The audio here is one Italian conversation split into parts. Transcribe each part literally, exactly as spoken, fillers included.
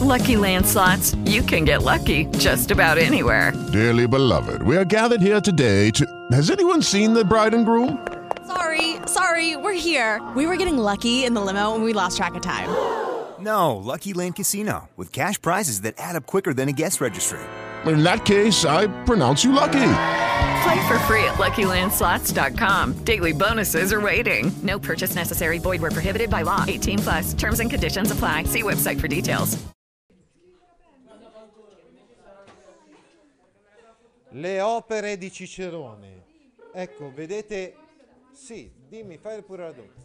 Lucky Land Slots, you can get lucky just about anywhere. Dearly beloved, we are gathered here today to... Has anyone seen the bride and groom? Sorry, sorry, we're here. We were getting lucky in the limo and we lost track of time. No, Lucky Land Casino, with cash prizes that add up quicker than a guest registry. In that case, I pronounce you lucky. Play for free at Lucky Land Slots dot com. Daily bonuses are waiting. No purchase necessary. Void where prohibited by law. eighteen plus. Terms and conditions apply. See website for details. Le opere di Cicerone. Ecco, vedete... Sì, dimmi, fai pure la domanda.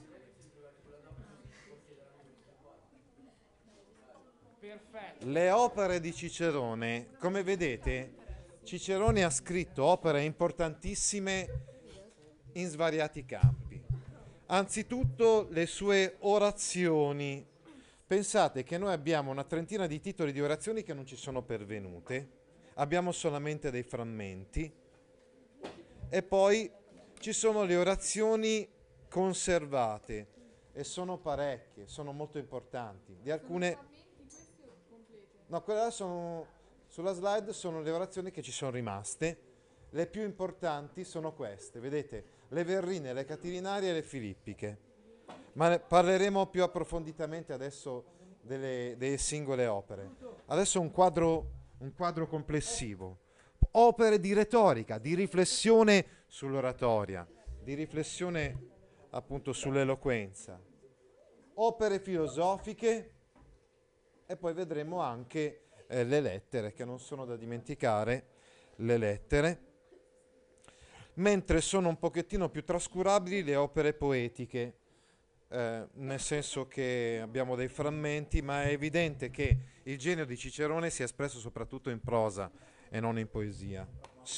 Perfetto. Le opere di Cicerone, come vedete, Cicerone ha scritto opere importantissime in svariati campi. Anzitutto le sue orazioni. Pensate che noi abbiamo una trentina di titoli di orazioni che non ci sono pervenute, abbiamo solamente dei frammenti, e poi ci sono le orazioni conservate, e sono parecchie, sono molto importanti. Di alcune... No, quelle là sono... Sulla slide sono le orazioni che ci sono rimaste. Le più importanti sono queste, vedete? Le Verrine, le Catilinarie e le Filippiche. Ma ne parleremo più approfonditamente adesso delle, delle singole opere. Adesso un quadro, un quadro complessivo. Opere di retorica, di riflessione sull'oratoria, di riflessione appunto sull'eloquenza. Opere filosofiche, e poi vedremo anche eh, le lettere, che non sono da dimenticare, le lettere, mentre sono un pochettino più trascurabili le opere poetiche, eh, nel senso che abbiamo dei frammenti, ma è evidente che il genio di Cicerone si è espresso soprattutto in prosa e non in poesia.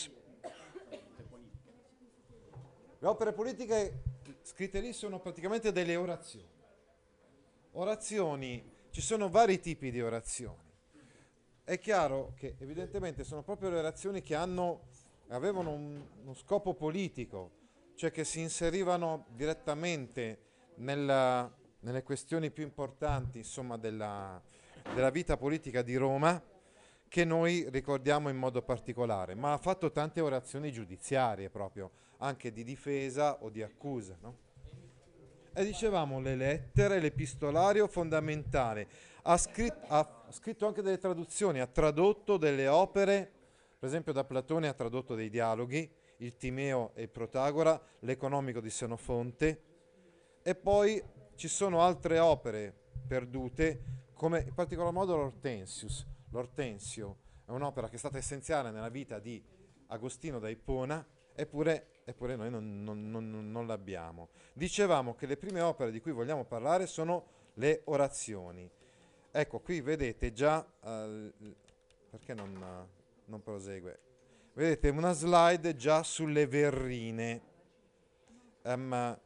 Le opere politiche scritte lì sono praticamente delle orazioni. Orazioni, ci sono vari tipi di orazioni. È chiaro che evidentemente sono proprio le orazioni che hanno, avevano un, uno scopo politico, cioè che si inserivano direttamente nella, nelle questioni più importanti, insomma, della, della vita politica di Roma, che noi ricordiamo in modo particolare, ma ha fatto tante orazioni giudiziarie proprio, anche di difesa o di accusa, no? E dicevamo le lettere, l'epistolario fondamentale. Ha scritto, ha scritto anche delle traduzioni, ha tradotto delle opere, per esempio da Platone ha tradotto dei dialoghi, il Timeo e il Protagora, l'Economico di Senofonte, e poi ci sono altre opere perdute, come in particolar modo l'Hortensius. L'Ortensio è un'opera che è stata essenziale nella vita di Agostino da Ippona, eppure, eppure noi non, non, non, non l'abbiamo. Dicevamo che le prime opere di cui vogliamo parlare sono le orazioni. Ecco, qui vedete già, uh, perché non, non prosegue? Vedete una slide già sulle Verrine. Um,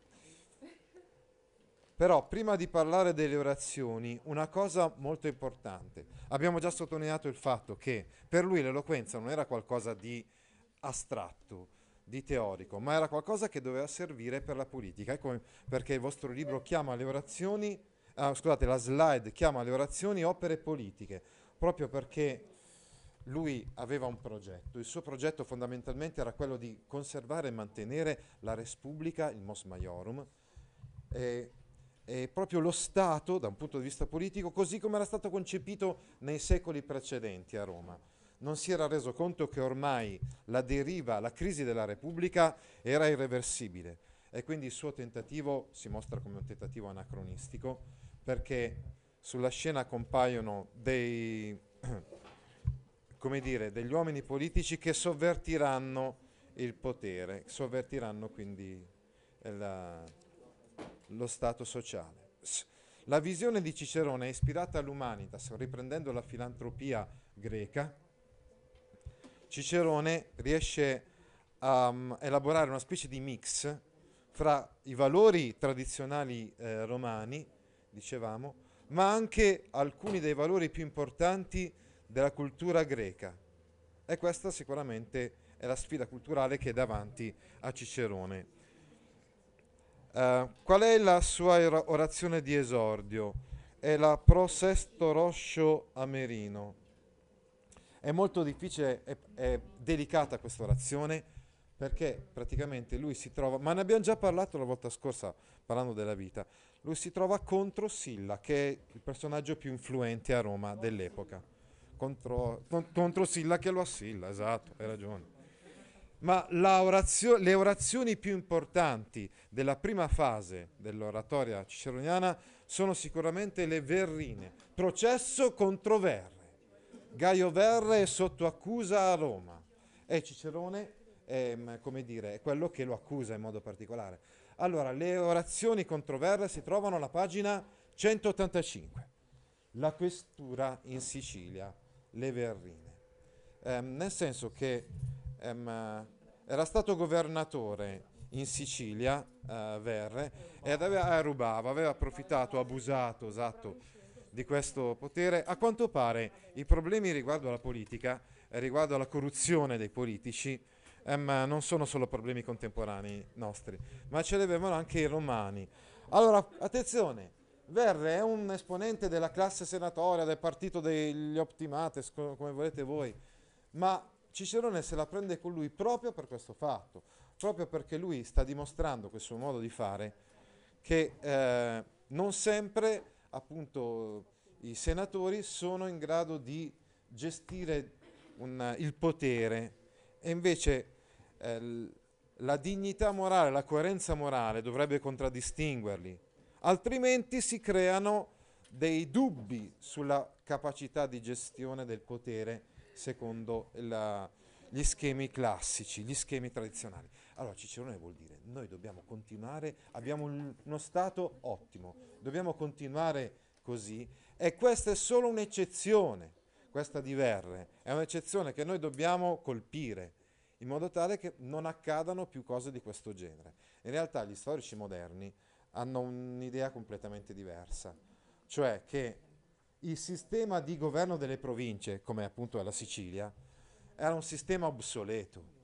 Però prima di parlare delle orazioni, una cosa molto importante. Abbiamo già sottolineato il fatto che per lui l'eloquenza non era qualcosa di astratto, di teorico, ma era qualcosa che doveva servire per la politica. Ecco perché il vostro libro chiama le orazioni, ah, scusate, la slide chiama le orazioni opere politiche, proprio perché lui aveva un progetto. Il suo progetto fondamentalmente era quello di conservare e mantenere la res publica, il mos maiorum, e E proprio lo Stato, da un punto di vista politico, così come era stato concepito nei secoli precedenti a Roma. Non si era reso conto che ormai la deriva, la crisi della Repubblica era irreversibile, e quindi il suo tentativo si mostra come un tentativo anacronistico, perché sulla scena compaiono dei, come dire, degli uomini politici che sovvertiranno il potere, sovvertiranno quindi la... lo stato sociale. La visione di Cicerone è ispirata all'Humanitas, riprendendo la filantropia greca. Cicerone riesce a um, elaborare una specie di mix fra i valori tradizionali eh, romani, dicevamo, ma anche alcuni dei valori più importanti della cultura greca. E questa sicuramente è la sfida culturale che è davanti a Cicerone. Uh, qual è la sua orazione di esordio? è la Pro Sesto Roscio Amerino. È molto difficile, è, è delicata questa orazione, perché praticamente lui si trova, ma ne abbiamo già parlato la volta scorsa parlando della vita, lui si trova contro Silla, che è il personaggio più influente a Roma dell'epoca. Contro, con, contro Silla che lo assilla, esatto, hai ragione. Ma la orazio, le orazioni più importanti della prima fase dell'oratoria ciceroniana sono sicuramente le Verrine. Processo contro Verre. Gaio Verre è sotto accusa a Roma e Cicerone è, come dire, è quello che lo accusa in modo particolare. Allora, le orazioni contro Verre si trovano alla pagina centottantacinque. La questura in Sicilia, le Verrine. Ehm, nel senso che ehm, era stato governatore in Sicilia, eh, Verre, ed aveva, eh, rubava, aveva approfittato, abusato, esatto, di questo potere. A quanto pare i problemi riguardo alla politica e riguardo alla corruzione dei politici ehm, non sono solo problemi contemporanei nostri, ma ce li avevano anche i romani. Allora, attenzione, Verre è un esponente della classe senatoria, del partito degli optimates, come volete voi, ma Cicerone se la prende con lui proprio per questo fatto, proprio perché lui sta dimostrando quel suo modo di fare, che eh, non sempre appunto i senatori sono in grado di gestire un, il potere, e invece eh, la dignità morale, la coerenza morale dovrebbe contraddistinguerli, altrimenti si creano dei dubbi sulla capacità di gestione del potere secondo la, gli schemi classici, gli schemi tradizionali. Allora Cicerone vuol dire, noi dobbiamo continuare, abbiamo un, uno Stato ottimo, dobbiamo continuare così, e questa è solo un'eccezione, questa di Verre, è un'eccezione che noi dobbiamo colpire, in modo tale che non accadano più cose di questo genere. In realtà gli storici moderni hanno un'idea completamente diversa, cioè che il sistema di governo delle province, come appunto è la Sicilia, era un sistema obsoleto,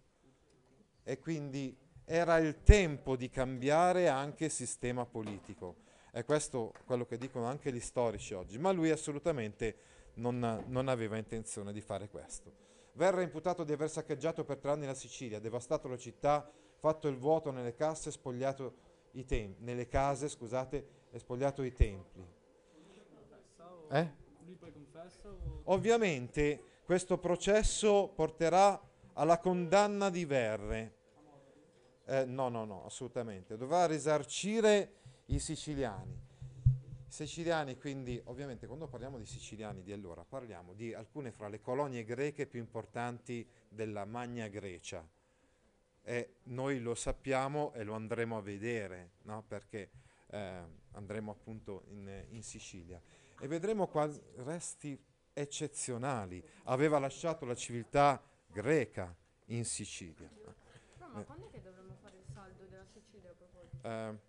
e quindi era il tempo di cambiare anche il sistema politico. E questo è quello che dicono anche gli storici oggi, ma lui assolutamente non, non aveva intenzione di fare questo. Verre è imputato di aver saccheggiato per tre anni la Sicilia, devastato la città, fatto il vuoto nelle casse, spogliato i templi, nelle case, scusate, e spogliato i templi. Eh? Ovviamente questo processo porterà alla condanna di Verre. Eh, no, no, no, assolutamente. Dovrà risarcire i siciliani. I siciliani, quindi, ovviamente, quando parliamo di siciliani di allora, parliamo di alcune fra le colonie greche più importanti della Magna Grecia. E noi lo sappiamo e lo andremo a vedere, no? Perché eh, andremo appunto in, in Sicilia. E vedremo quasi resti eccezionali. Aveva lasciato la civiltà greca in Sicilia. No, ma quando è che dovremmo fare il saldo della Sicilia a proposito? Eh,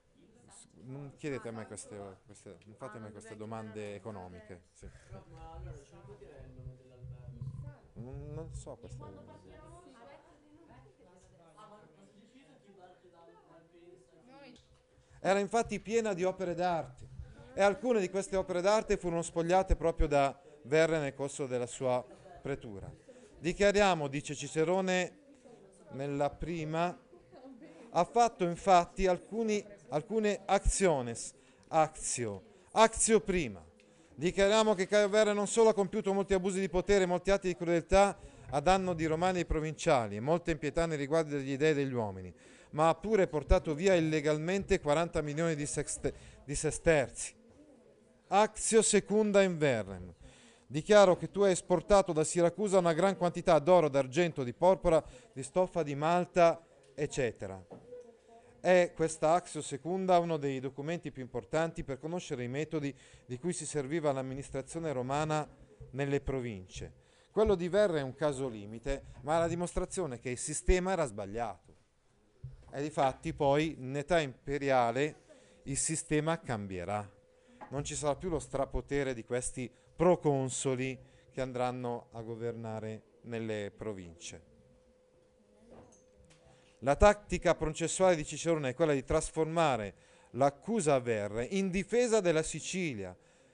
non chiedete a me queste, queste non fate a me queste domande economiche. Sì. Ma allora ce lo puoi dire il nome dell'albergo? Non, non so queste. Era infatti piena di opere d'arte, e alcune di queste opere d'arte furono spogliate proprio da Verre nel corso della sua pretura. Dichiariamo, dice Cicerone nella prima, ha fatto infatti alcuni, alcune actiones, actio, actio prima. Dichiariamo che Caio Verre non solo ha compiuto molti abusi di potere e molti atti di crudeltà a danno di romani e provinciali e molte impietà nei riguardi degli dei e degli uomini, ma ha pure portato via illegalmente quaranta milioni di, sexte, di sesterzi. Actio secunda in Verrem. Dichiaro che tu hai esportato da Siracusa una gran quantità d'oro, d'argento, di porpora, di stoffa di Malta, eccetera. È questa Actio secunda uno dei documenti più importanti per conoscere i metodi di cui si serviva l'amministrazione romana nelle province. Quello di Verre è un caso limite, ma è la dimostrazione che il sistema era sbagliato. E difatti poi in età imperiale il sistema cambierà. Non ci sarà più lo strapotere di questi proconsoli che andranno a governare nelle province. La tattica processuale di Cicerone è quella di trasformare l'accusa a Verre in difesa della Sicilia,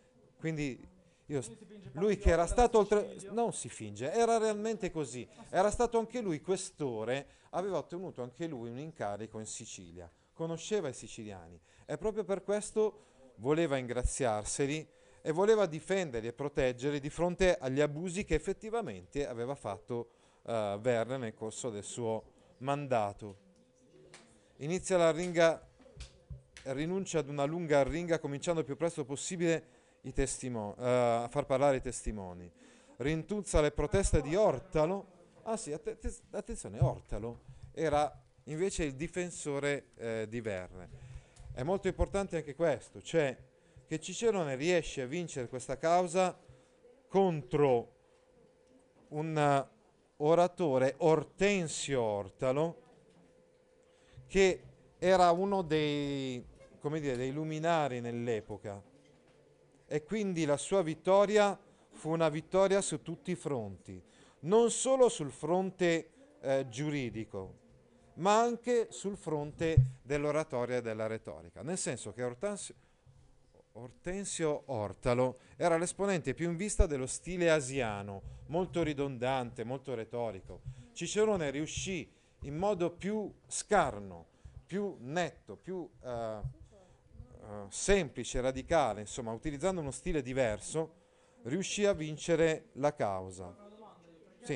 Quindi io, lui che era stato oltre... Non si finge, era realmente così. Era stato anche lui questore, aveva ottenuto anche lui un incarico in Sicilia. Conosceva i siciliani e proprio per questo voleva ingraziarseli e voleva difenderli e proteggerli di fronte agli abusi che effettivamente aveva fatto uh, Verne nel corso del suo mandato. Inizia la ringa, rinuncia ad una lunga arringa cominciando il più presto possibile i testimoni, uh, a far parlare i testimoni. Rintuzza le proteste di Ortalo. Ah sì, att- attenzione, Ortalo era invece il difensore eh, di Verne. È molto importante anche questo, cioè che Cicerone riesce a vincere questa causa contro un oratore, Ortensio Ortalo, che era uno dei, come dire, dei luminari nell'epoca, e quindi la sua vittoria fu una vittoria su tutti i fronti, non solo sul fronte eh, giuridico, ma anche sul fronte dell'oratoria e della retorica, nel senso che Ortensio, Ortensio Ortalo era l'esponente più in vista dello stile asiano, molto ridondante, molto retorico. Cicerone riuscì in modo più scarno, più netto, più uh, uh, semplice, radicale, insomma, utilizzando uno stile diverso, riuscì a vincere la causa. Sì.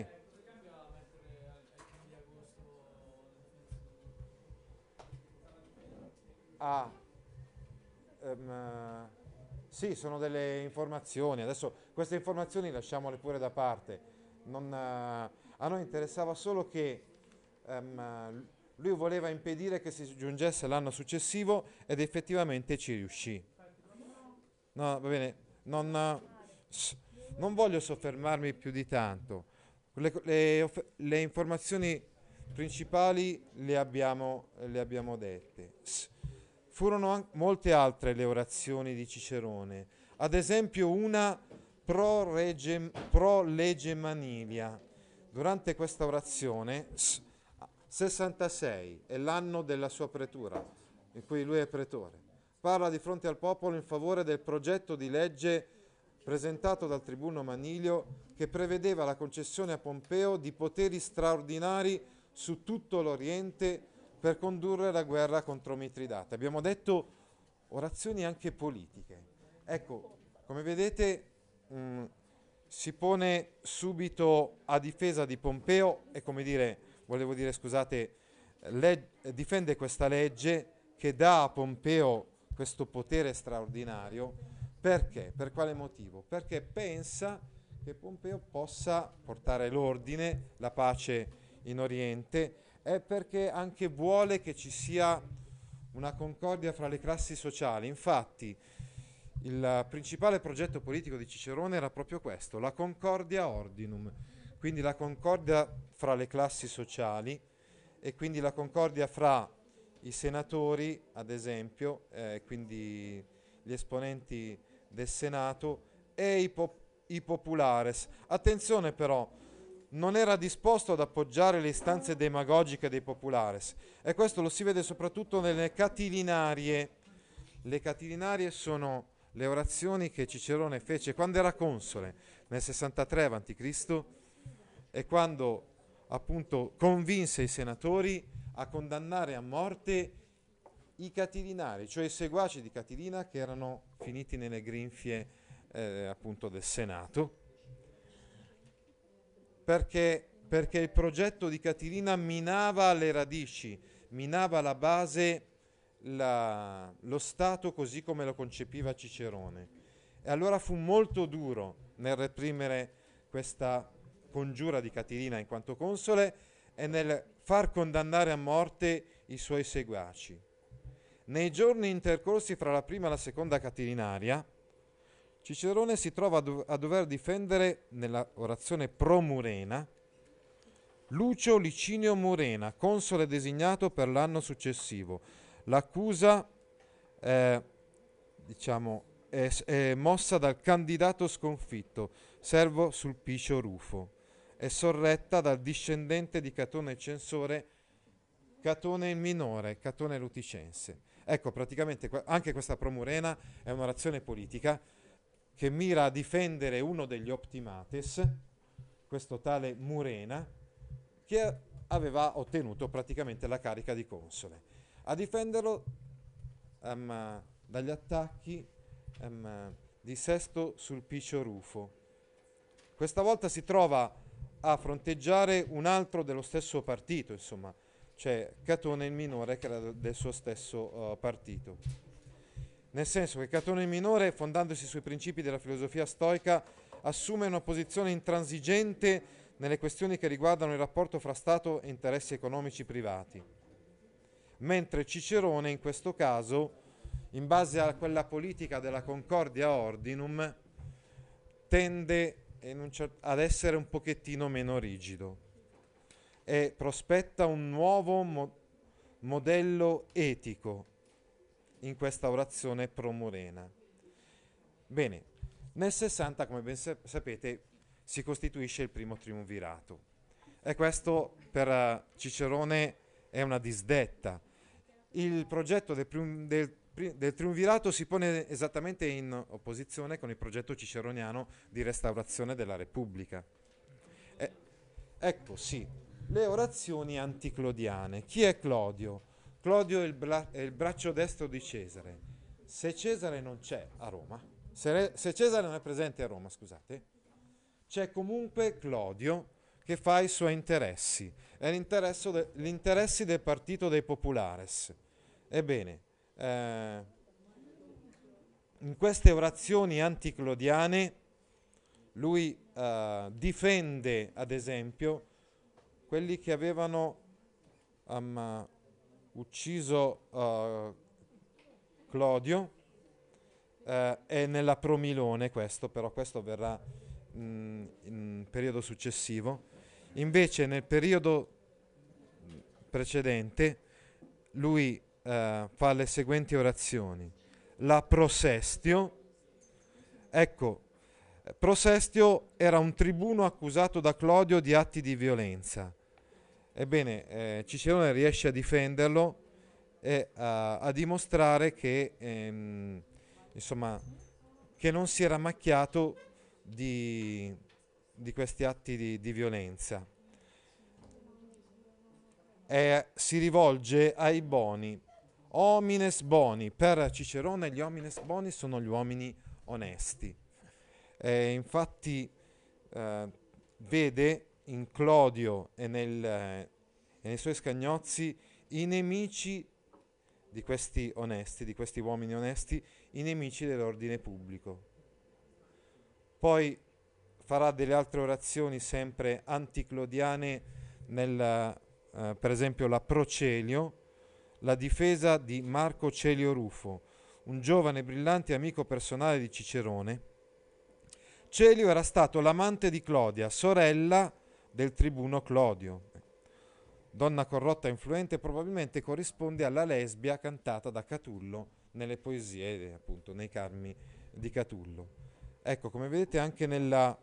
Ah, um, sì, sono delle informazioni. Adesso queste informazioni lasciamole pure da parte. Non, uh, a noi interessava solo che um, lui voleva impedire che si giungesse l'anno successivo ed effettivamente ci riuscì. No, va bene, non, uh, non voglio soffermarmi più di tanto. Le, le, le informazioni principali le abbiamo, le abbiamo dette. S- Furono an- molte altre le orazioni di Cicerone, ad esempio una pro, regge, pro legge Manilia. Durante questa orazione, s- sessantasei è l'anno della sua pretura, in cui lui è pretore, parla di fronte al popolo in favore del progetto di legge presentato dal tribuno Manilio che prevedeva la concessione a Pompeo di poteri straordinari su tutto l'Oriente per condurre la guerra contro Mitridate. Abbiamo detto orazioni anche politiche. Ecco, come vedete, mh, si pone subito a difesa di Pompeo e, come dire, volevo dire, scusate, le- difende questa legge che dà a Pompeo questo potere straordinario. Perché? Per quale motivo? Perché pensa che Pompeo possa portare l'ordine, la pace in Oriente, è perché anche vuole che ci sia una concordia fra le classi sociali. Infatti, il principale progetto politico di Cicerone era proprio questo, la concordia ordinum, quindi la concordia fra le classi sociali e quindi la concordia fra i senatori, ad esempio, eh, quindi gli esponenti del Senato e i, pop- i populares. Attenzione però, non era disposto ad appoggiare le istanze demagogiche dei populares e questo lo si vede soprattutto nelle catilinarie. Le catilinarie sono le orazioni che Cicerone fece quando era console nel sessantatré avanti Cristo e quando appunto convinse i senatori a condannare a morte i catilinari, cioè i seguaci di Catilina che erano finiti nelle grinfie eh, appunto del Senato. Perché, perché il progetto di Catilina minava le radici, minava la base, la, lo Stato così come lo concepiva Cicerone. E allora fu molto duro nel reprimere questa congiura di Catilina in quanto console e nel far condannare a morte i suoi seguaci. Nei giorni intercorsi fra la prima e la seconda Catilinaria, Cicerone si trova a, do- a dover difendere nella orazione pro Murena Lucio Licinio Murena, console designato per l'anno successivo. L'accusa eh, diciamo, è, è mossa dal candidato sconfitto, Servo Sulpicio Rufo, è sorretta dal discendente di Catone il censore, Catone il minore, Catone l'Uticense. Ecco, praticamente anche questa pro Murena è un'orazione politica che mira a difendere uno degli optimates, questo tale Murena, che aveva ottenuto praticamente la carica di console, a difenderlo um, dagli attacchi um, di Sesto Sulpicio Rufo. Questa volta si trova a fronteggiare un altro dello stesso partito, insomma, cioè Catone il Minore, che era del suo stesso uh, partito. Nel senso che Catone il Minore, fondandosi sui principi della filosofia stoica, assume una posizione intransigente nelle questioni che riguardano il rapporto fra Stato e interessi economici privati, mentre Cicerone, in questo caso, in base a quella politica della concordia ordinum, tende ad essere un pochettino meno rigido e prospetta un nuovo mo- modello etico in questa orazione pro-murena. Bene, nel sessanta, come ben sa- sapete, si costituisce il primo triumvirato, e questo per uh, Cicerone è una disdetta. Il progetto del, prim- del, pri- del triumvirato si pone esattamente in opposizione con il progetto ciceroniano di restaurazione della Repubblica. E- ecco, sì, le orazioni anticlodiane. Chi è Clodio? Clodio è il, bla- è il braccio destro di Cesare. Se Cesare non c'è a Roma, se, re- se Cesare non è presente a Roma, scusate, c'è comunque Clodio che fa i suoi interessi, è l'interesse de- gli interessi del partito dei populares. Ebbene, eh, in queste orazioni anticlodiane lui eh, difende, ad esempio, quelli che avevano um, ucciso uh, Clodio, uh, è nella Promilone questo, però questo verrà mh, in periodo successivo. Invece nel periodo precedente lui uh, fa le seguenti orazioni. La Prosestio, ecco, Prosestio era un tribuno accusato da Clodio di atti di violenza. Ebbene, eh, Cicerone riesce a difenderlo e a, a dimostrare che, ehm, insomma, che non si era macchiato di, di questi atti di, di violenza. E si rivolge ai boni. Homines boni. Per Cicerone gli homines boni sono gli uomini onesti. E infatti eh, vede in Clodio e, nel, eh, e nei suoi scagnozzi i nemici di questi onesti, di questi uomini onesti, i nemici dell'ordine pubblico. Poi farà delle altre orazioni sempre anticlodiane, nel, eh, per esempio la Procelio, la difesa di Marco Celio Rufo, un giovane brillante amico personale di Cicerone. Celio era stato l'amante di Clodia, sorella del tribuno Clodio. Donna corrotta e influente, probabilmente corrisponde alla lesbia cantata da Catullo nelle poesie, appunto nei Carmi di Catullo. Ecco, come vedete anche nella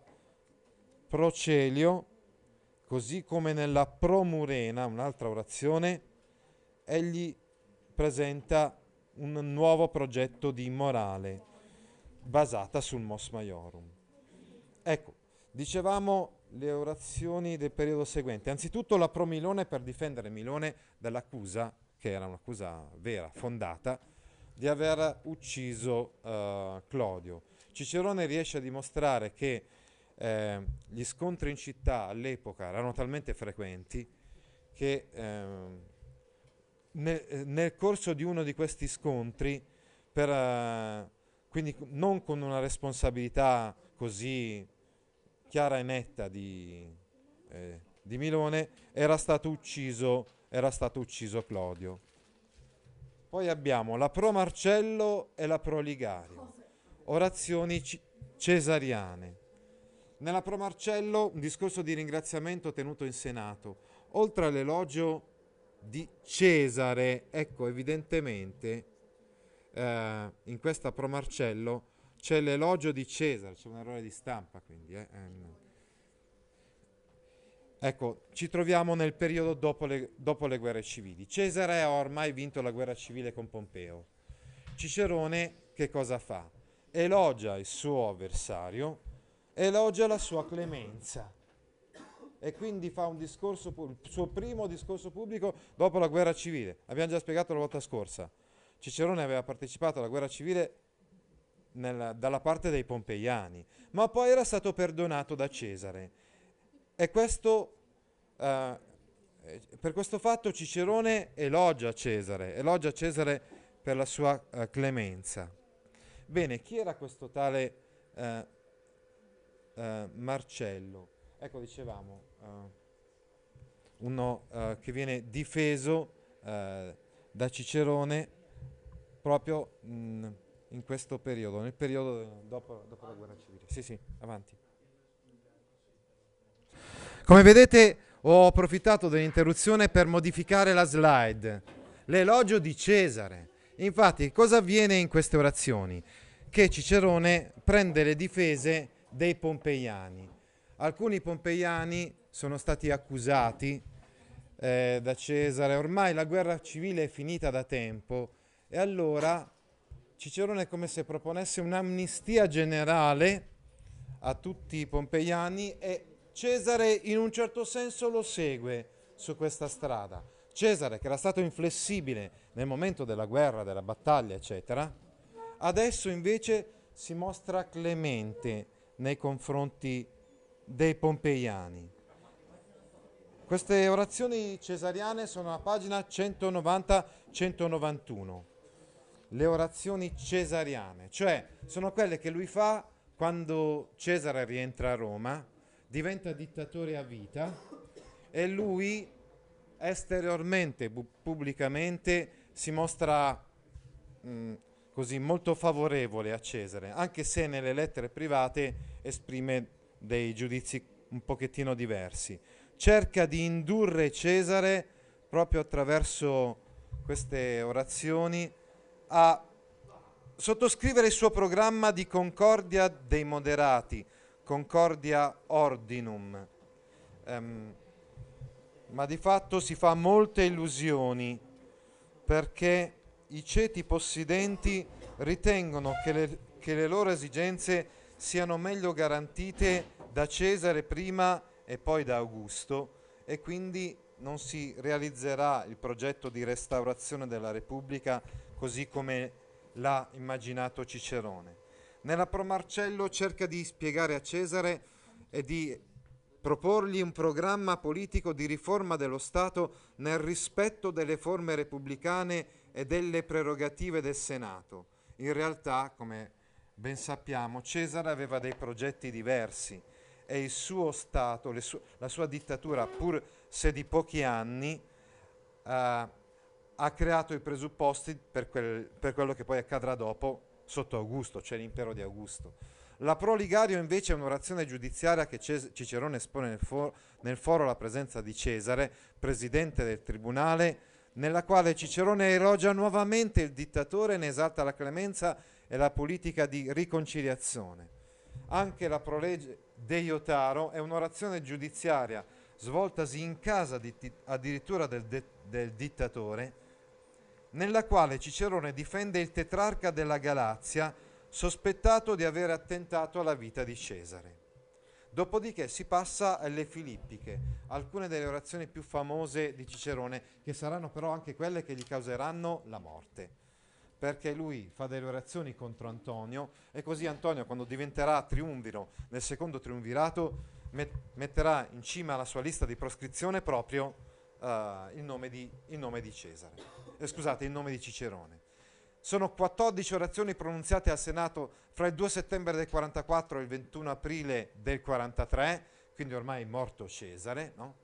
Procelio, così come nella Promurena, un'altra orazione, egli presenta un nuovo progetto di morale basata sul Mos Maiorum. Ecco, dicevamo le orazioni del periodo seguente. Anzitutto la Promilone, per difendere Milone dall'accusa, che era un'accusa vera, fondata, di aver ucciso uh, Clodio. Cicerone riesce a dimostrare che eh, gli scontri in città all'epoca erano talmente frequenti che eh, nel, nel corso di uno di questi scontri, per, uh, quindi non con una responsabilità così chiara e netta di, eh, di Milone, era stato ucciso, era stato ucciso Clodio. Poi abbiamo la Pro Marcello e la Pro Ligario, orazioni c- cesariane. Nella Pro Marcello un discorso di ringraziamento tenuto in Senato. Oltre all'elogio di Cesare, ecco, evidentemente eh, in questa Pro Marcello c'è l'elogio di Cesare, c'è un errore di stampa, quindi. Eh, ehm. Ecco, ci troviamo nel periodo dopo le, dopo le guerre civili. Cesare ha ormai vinto la guerra civile con Pompeo. Cicerone che cosa fa? elogia il suo avversario, elogia la sua clemenza e quindi fa un discorso, il suo primo discorso pubblico dopo la guerra civile. Abbiamo già spiegato la volta scorsa. Cicerone aveva partecipato alla guerra civile nella, dalla parte dei pompeiani, ma poi era stato perdonato da Cesare. E questo, eh, per questo fatto Cicerone elogia Cesare, elogia Cesare per la sua eh, clemenza. Bene, chi era questo tale eh, eh, Marcello? Ecco, dicevamo, uh, uno uh, che viene difeso uh, da Cicerone proprio mh, in questo periodo, nel periodo dopo, dopo la guerra civile. Sì, sì, avanti. Come vedete, ho approfittato dell'interruzione per modificare la slide. L'elogio di Cesare. Infatti, cosa avviene in queste orazioni? Che Cicerone prende le difese dei pompeiani. Alcuni pompeiani sono stati accusati eh, da Cesare, ormai la guerra civile è finita da tempo e allora Cicerone è come se proponesse un'amnistia generale a tutti i pompeiani e Cesare in un certo senso lo segue su questa strada. Cesare, che era stato inflessibile nel momento della guerra, della battaglia, eccetera, adesso invece si mostra clemente nei confronti dei pompeiani. Queste orazioni cesariane sono a pagina centonovanta centonovantuno. Le orazioni cesariane, cioè sono quelle che lui fa quando Cesare rientra a Roma, diventa dittatore a vita e lui esteriormente, bu- pubblicamente si mostra mh, così molto favorevole a Cesare, anche se nelle lettere private esprime dei giudizi un pochettino diversi. Cerca di indurre Cesare, proprio attraverso queste orazioni, a sottoscrivere il suo programma di concordia dei moderati, concordia ordinum. Um, ma di fatto si fa molte illusioni, perché i ceti possidenti ritengono che le, che le loro esigenze siano meglio garantite da Cesare prima e poi da Augusto e quindi non si realizzerà il progetto di restaurazione della Repubblica così come l'ha immaginato Cicerone. Nella Pro Marcello cerca di spiegare a Cesare e di proporgli un programma politico di riforma dello Stato nel rispetto delle forme repubblicane e delle prerogative del Senato. In realtà, come ben sappiamo, Cesare aveva dei progetti diversi e il suo Stato, le su- la sua dittatura, pur se di pochi anni, eh, ha creato i presupposti per, quel, per quello che poi accadrà dopo sotto Augusto, cioè l'impero di Augusto. La Proligario invece è un'orazione giudiziaria che Ces- Cicerone espone nel, for- nel foro alla presenza di Cesare, presidente del tribunale, nella quale Cicerone elogia nuovamente il dittatore e ne esalta la clemenza e la politica di riconciliazione. Anche la Prolegge de Iotaro è un'orazione giudiziaria svoltasi in casa di, addirittura del, de, del dittatore, nella quale Cicerone difende il tetrarca della Galazia sospettato di aver attentato alla vita di Cesare. Dopodiché si passa alle Filippiche, alcune delle orazioni più famose di Cicerone, che saranno però anche quelle che gli causeranno la morte, perché lui fa delle orazioni contro Antonio e così Antonio, quando diventerà triumviro nel secondo triumvirato, met- metterà in cima alla sua lista di proscrizione proprio uh, il, nome di, il nome di Cesare, eh, scusate, il nome di Cicerone. Sono quattordici orazioni pronunziate al Senato fra il due settembre del quarantaquattro e il ventuno aprile del quarantatré, quindi ormai morto Cesare, no?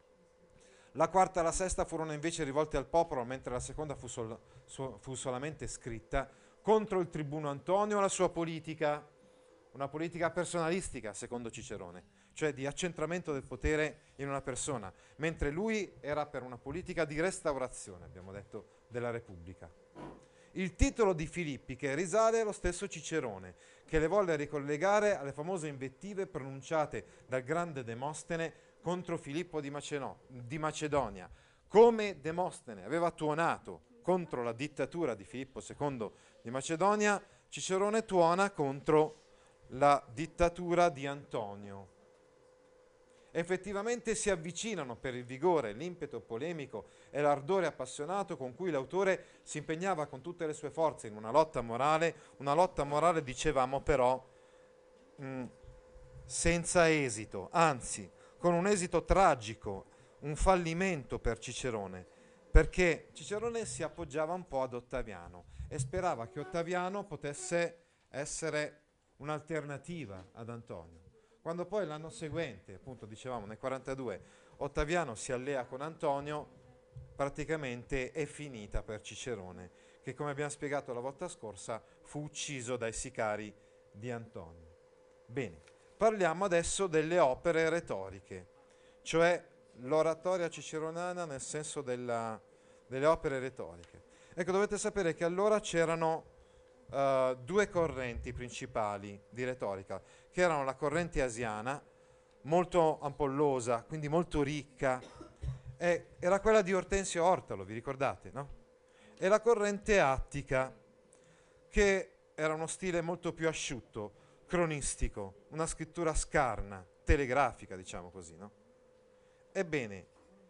La quarta e la sesta furono invece rivolte al popolo, mentre la seconda fu, sol- su- fu solamente scritta contro il tribuno Antonio e la sua politica, una politica personalistica, secondo Cicerone, cioè di accentramento del potere in una persona, mentre lui era per una politica di restaurazione, abbiamo detto, della Repubblica. Il titolo di Filippiche risale allo stesso Cicerone, che le volle ricollegare alle famose invettive pronunciate dal grande Demostene contro Filippo di, Maceno- di Macedonia. Come Demostene aveva tuonato contro la dittatura di Filippo secondo di Macedonia, Cicerone tuona contro la dittatura di Antonio. Effettivamente si avvicinano per il vigore, l'impeto polemico e l'ardore appassionato con cui l'autore si impegnava con tutte le sue forze in una lotta morale, una lotta morale, dicevamo, però mh, senza esito, anzi con un esito tragico, un fallimento per Cicerone, perché Cicerone si appoggiava un po' ad Ottaviano e sperava che Ottaviano potesse essere un'alternativa ad Antonio. Quando poi l'anno seguente, appunto dicevamo nel quarantadue, Ottaviano si allea con Antonio, praticamente è finita per Cicerone, che come abbiamo spiegato la volta scorsa fu ucciso dai sicari di Antonio. Bene, parliamo adesso delle opere retoriche, cioè l'oratoria ciceronana nel senso della, delle opere retoriche. Ecco, dovete sapere che allora c'erano Uh, due correnti principali di retorica, che erano la corrente asiana, molto ampollosa, quindi molto ricca, e era quella di Ortensio Ortalo, vi ricordate, no? E la corrente attica, che era uno stile molto più asciutto, cronistico, una scrittura scarna, telegrafica, diciamo così, no? Ebbene,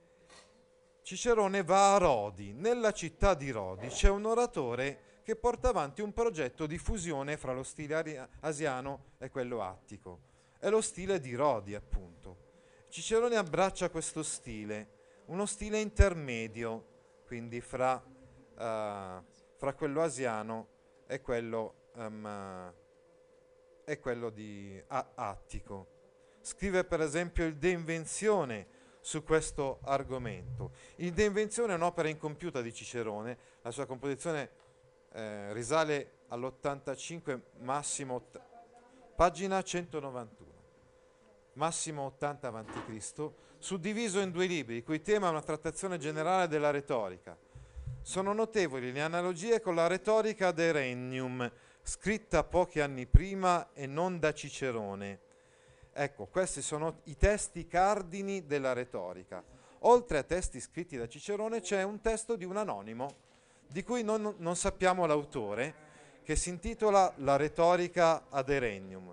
Cicerone va a Rodi. Nella città di Rodi c'è un oratore che porta avanti un progetto di fusione fra lo stile asiano e quello attico. È lo stile di Rodi, appunto. Cicerone abbraccia questo stile, uno stile intermedio, quindi fra, uh, fra quello asiano e quello, um, e quello di a- attico. Scrive per esempio il De Invenzione su questo argomento. Il De Invenzione è un'opera incompiuta di Cicerone, la sua composizione Eh, risale all'ottantacinque, massimo ott- pagina centonovantuno, massimo ottanta avanti Cristo, suddiviso in due libri, il cui tema è una trattazione generale della retorica. Sono notevoli le analogie con la retorica de Regnum, scritta pochi anni prima e non da Cicerone. Ecco, questi sono i testi cardini della retorica. Oltre a testi scritti da Cicerone c'è un testo di un anonimo, di cui non, non sappiamo l'autore, che si intitola La retorica ad Erennium.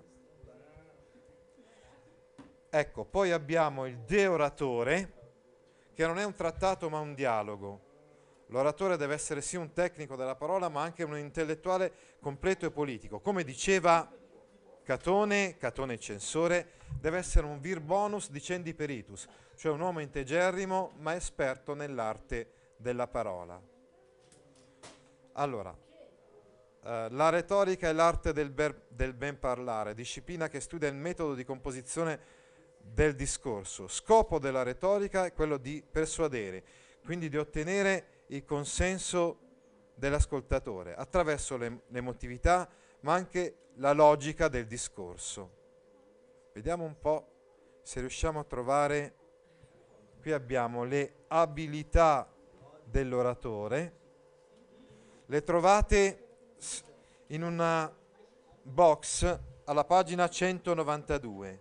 Ecco, poi abbiamo il De Oratore, che non è un trattato ma un dialogo. L'oratore deve essere sì un tecnico della parola, ma anche un intellettuale completo e politico. Come diceva Catone, Catone censore, deve essere un vir bonus dicendi peritus, cioè un uomo integerrimo ma esperto nell'arte della parola. Allora, eh, la retorica è l'arte del, ber- del ben parlare, disciplina che studia il metodo di composizione del discorso. Scopo della retorica è quello di persuadere, quindi di ottenere il consenso dell'ascoltatore attraverso le- l'emotività, ma anche la logica del discorso. Vediamo un po' se riusciamo a trovare. Qui abbiamo le abilità dell'oratore. Le trovate in una box alla pagina centonovantadue.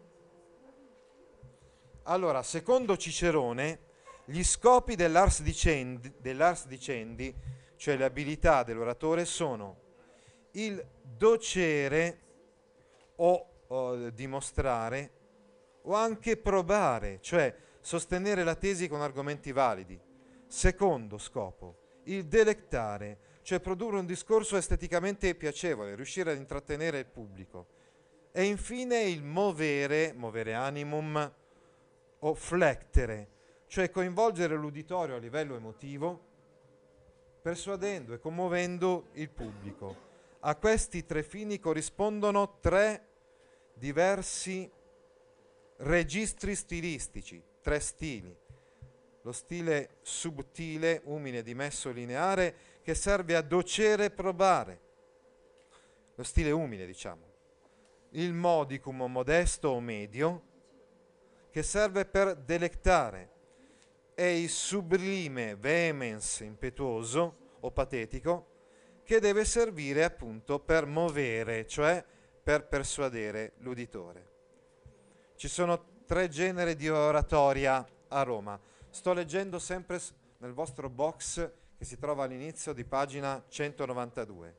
Allora, secondo Cicerone, gli scopi dell'ars dicendi, dell'ars dicendi, cioè le abilità dell'oratore, sono il docere o, o dimostrare o anche probare, cioè sostenere la tesi con argomenti validi. Secondo scopo, il delectare, cioè produrre un discorso esteticamente piacevole, riuscire ad intrattenere il pubblico. E infine il movere, movere animum, o flectere, cioè coinvolgere l'uditorio a livello emotivo, persuadendo e commuovendo il pubblico. A questi tre fini corrispondono tre diversi registri stilistici, tre stili. Lo stile subtile, umile, dimesso, lineare, che serve a docere e probare. Lo stile umile, diciamo. Il modicum, modesto o medio, che serve per delectare. E il sublime, vehemens, impetuoso o patetico, che deve servire appunto per movere, cioè per persuadere l'uditore. Ci sono tre generi di oratoria a Roma. Sto leggendo sempre nel vostro box che si trova all'inizio di pagina centonovantadue.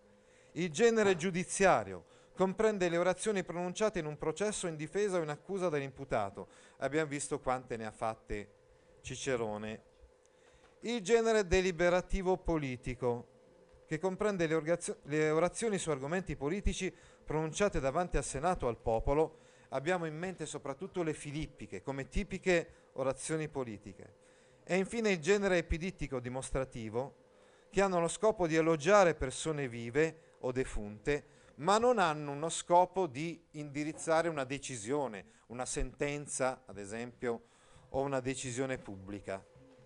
Il genere giudiziario comprende le orazioni pronunciate in un processo in difesa o in accusa dell'imputato. Abbiamo visto quante ne ha fatte Cicerone. Il genere deliberativo politico, che comprende le, orgazio- le orazioni su argomenti politici pronunciate davanti al Senato o al popolo. Abbiamo in mente soprattutto le filippiche, come tipiche orazioni politiche. E infine il genere epidittico dimostrativo, che hanno lo scopo di elogiare persone vive o defunte, ma non hanno uno scopo di indirizzare una decisione, una sentenza, ad esempio, o una decisione pubblica.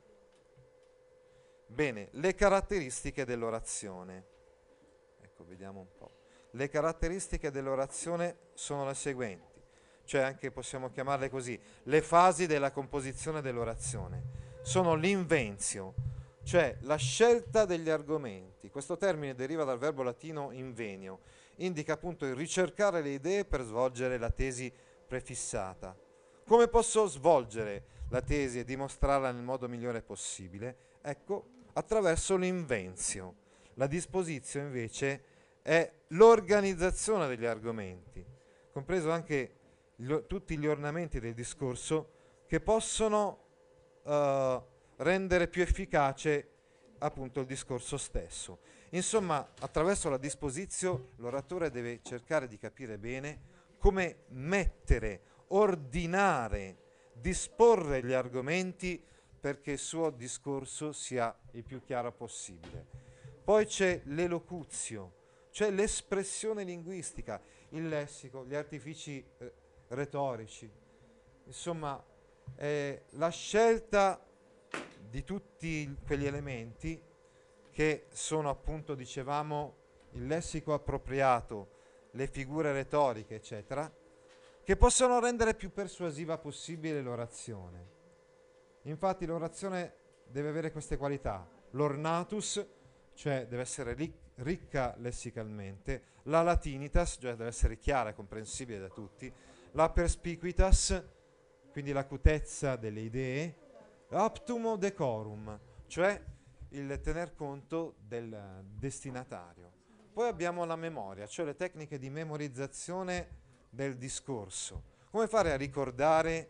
Bene, le caratteristiche dell'orazione. Ecco, vediamo un po'. Le caratteristiche dell'orazione sono le seguenti, cioè anche possiamo chiamarle così, le fasi della composizione dell'orazione. Sono l'inventio, cioè la scelta degli argomenti. Questo termine deriva dal verbo latino invenio, indica appunto il ricercare le idee per svolgere la tesi prefissata. Come posso svolgere la tesi e dimostrarla nel modo migliore possibile? Ecco, attraverso l'invenzio. La disposizione invece è l'organizzazione degli argomenti, compreso anche gli, tutti gli ornamenti del discorso che possono uh, rendere più efficace appunto il discorso stesso. Insomma, attraverso la disposizione l'oratore deve cercare di capire bene come mettere, ordinare, disporre gli argomenti perché il suo discorso sia il più chiaro possibile. Poi c'è l'elocuzio, cioè l'espressione linguistica, il lessico, gli artifici eh, retorici, insomma eh, la scelta di tutti quegli elementi che sono appunto, dicevamo, il lessico appropriato, le figure retoriche, eccetera, che possono rendere più persuasiva possibile l'orazione. Infatti l'orazione deve avere queste qualità: l'ornatus, cioè deve essere ric- ricca lessicalmente, la latinitas, cioè deve essere chiara e comprensibile da tutti, la perspicuitas, quindi l'acutezza delle idee, l'aptumo decorum, cioè il tener conto del destinatario. Poi abbiamo la memoria, cioè le tecniche di memorizzazione del discorso. Come fare a ricordare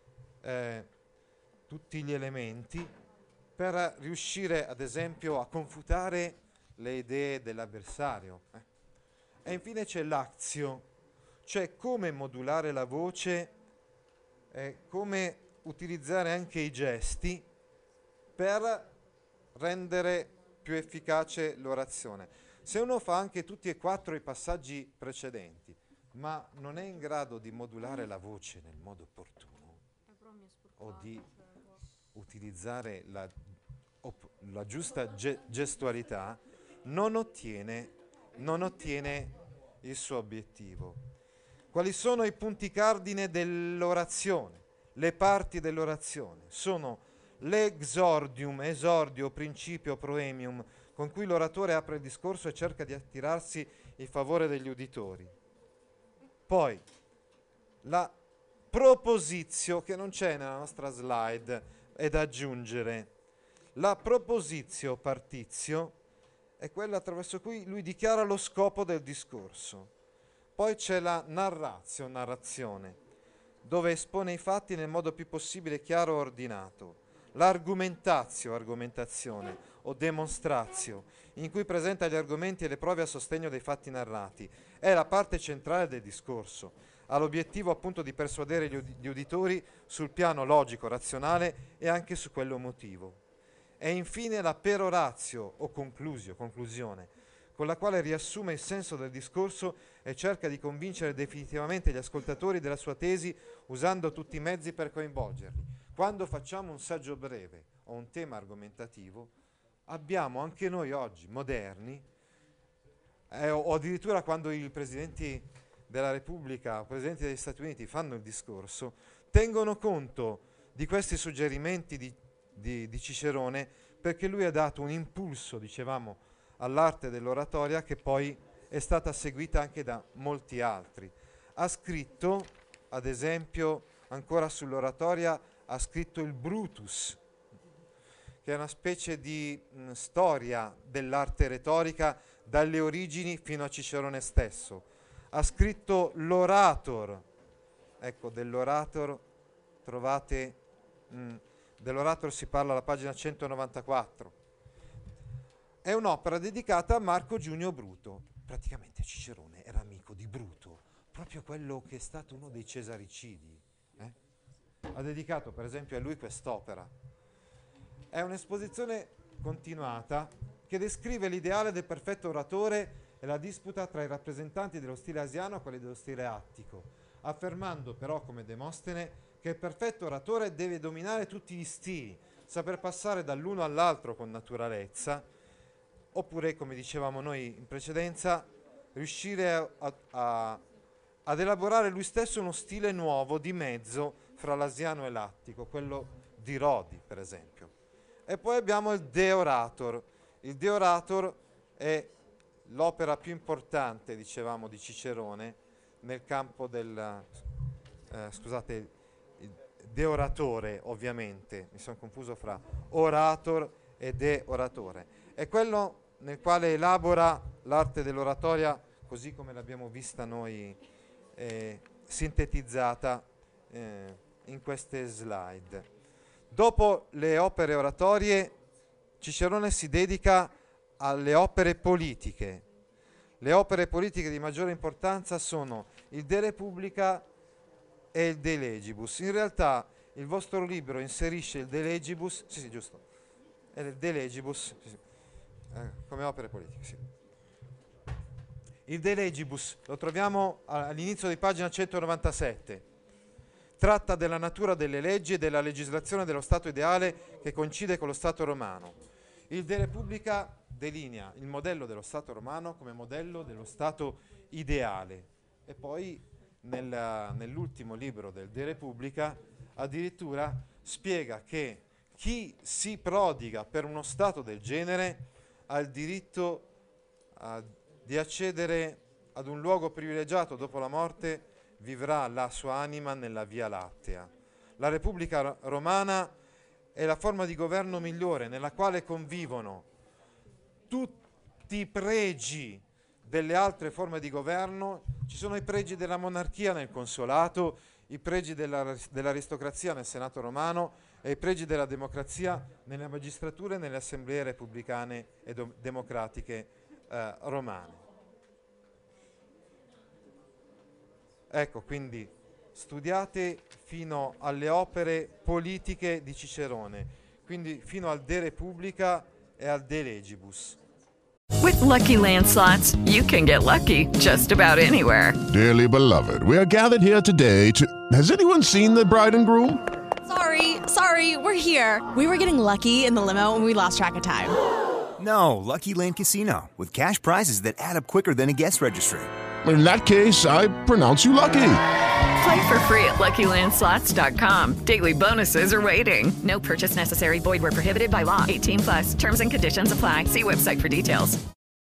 eh, tutti gli elementi per riuscire, ad esempio, a confutare le idee dell'avversario. Eh. E infine c'è l'azio, cioè come modulare la voce, eh, come utilizzare anche i gesti per rendere più efficace l'orazione. Se uno fa anche tutti e quattro i passaggi precedenti, ma non è in grado di modulare la voce nel modo opportuno o di utilizzare la, op, la giusta ge- gestualità, non ottiene, non ottiene il suo obiettivo. Quali sono i punti cardine dell'orazione? Le parti dell'orazione sono l'exordium, esordio, principio, proemium, con cui l'oratore apre il discorso e cerca di attirarsi il favore degli uditori. Poi la proposizio, che non c'è nella nostra slide, è da aggiungere. La proposizio partizio è quella attraverso cui lui dichiara lo scopo del discorso. Poi c'è la narratio, narrazione, dove espone i fatti nel modo più possibile chiaro e ordinato. L'argumentatio, argomentazione, o demonstratio, in cui presenta gli argomenti e le prove a sostegno dei fatti narrati. È la parte centrale del discorso. Ha l'obiettivo appunto di persuadere gli, ud- gli uditori sul piano logico, razionale e anche su quello emotivo. E infine la peroratio, o conclusio, conclusione, con la quale riassume il senso del discorso e cerca di convincere definitivamente gli ascoltatori della sua tesi usando tutti i mezzi per coinvolgerli. Quando facciamo un saggio breve o un tema argomentativo, abbiamo anche noi oggi, moderni, eh, o, o addirittura quando i presidenti della Repubblica o presidenti degli Stati Uniti fanno il discorso, tengono conto di questi suggerimenti di, di, di Cicerone, perché lui ha dato un impulso, dicevamo, all'arte dell'oratoria che poi è stata seguita anche da molti altri. Ha scritto, ad esempio, ancora sull'oratoria, ha scritto il Brutus, che è una specie di mh, storia dell'arte retorica dalle origini fino a Cicerone stesso. Ha scritto l'Orator. Ecco, dell'Orator trovate, mh, dell'Orator si parla alla pagina centonovantaquattro. È un'opera dedicata a Marco Giunio Bruto. Praticamente Cicerone era amico di Bruto, proprio quello che è stato uno dei cesaricidi. Eh? Ha dedicato per esempio a lui quest'opera. È un'esposizione continuata che descrive l'ideale del perfetto oratore e la disputa tra i rappresentanti dello stile asiano e quelli dello stile attico, affermando però, come Demostene, che il perfetto oratore deve dominare tutti gli stili, saper passare dall'uno all'altro con naturalezza, oppure, come dicevamo noi in precedenza, riuscire a, a, a, ad elaborare lui stesso uno stile nuovo di mezzo fra l'asiano e l'attico, quello di Rodi, per esempio. E poi abbiamo il De Orator. Il De Orator è l'opera più importante, dicevamo, di Cicerone nel campo del... Eh, scusate, il De Oratore, ovviamente, mi sono confuso fra Orator e De Oratore. È quello nel quale elabora l'arte dell'oratoria così come l'abbiamo vista noi eh, sintetizzata eh, in queste slide. Dopo le opere oratorie, Cicerone si dedica alle opere politiche. Le opere politiche di maggiore importanza sono il De Republica e il De Legibus. In realtà il vostro libro inserisce il De Legibus, sì sì giusto, è il De Legibus, sì, sì. Eh, come opere politiche, sì. Il De Legibus lo troviamo all'inizio di pagina centonovantasette. Tratta della natura delle leggi e della legislazione dello Stato ideale che coincide con lo Stato romano. Il De Republica delinea il modello dello Stato romano come modello dello Stato ideale. E poi nel, nell'ultimo libro del De Republica addirittura spiega che chi si prodiga per uno Stato del genere ha il diritto uh, di accedere ad un luogo privilegiato dopo la morte, vivrà la sua anima nella Via Lattea. La Repubblica Romana è la forma di governo migliore nella quale convivono tutti i pregi delle altre forme di governo. Ci sono i pregi della monarchia nel consolato, i pregi della, dell'aristocrazia nel Senato romano e i pregi della democrazia nelle magistrature e nelle assemblee repubblicane e do- democratiche eh, romane. Ecco, quindi studiate fino alle opere politiche di Cicerone, quindi fino al De Republica e al De Legibus. With Lucky Land Slots, you can get lucky just about anywhere. Dearly beloved, we are gathered here today to... Has anyone seen the bride and groom? Sorry, sorry, we're here. We were getting lucky in the limo and we lost track of time. No, Lucky Land Casino, with cash prizes that add up quicker than a guest registry. In that case, I pronounce you lucky. Play for free at Lucky Land Slots dot com. Daily bonuses are waiting. No purchase necessary. Void where prohibited by law. eighteen plus. Terms and conditions apply. See website for details.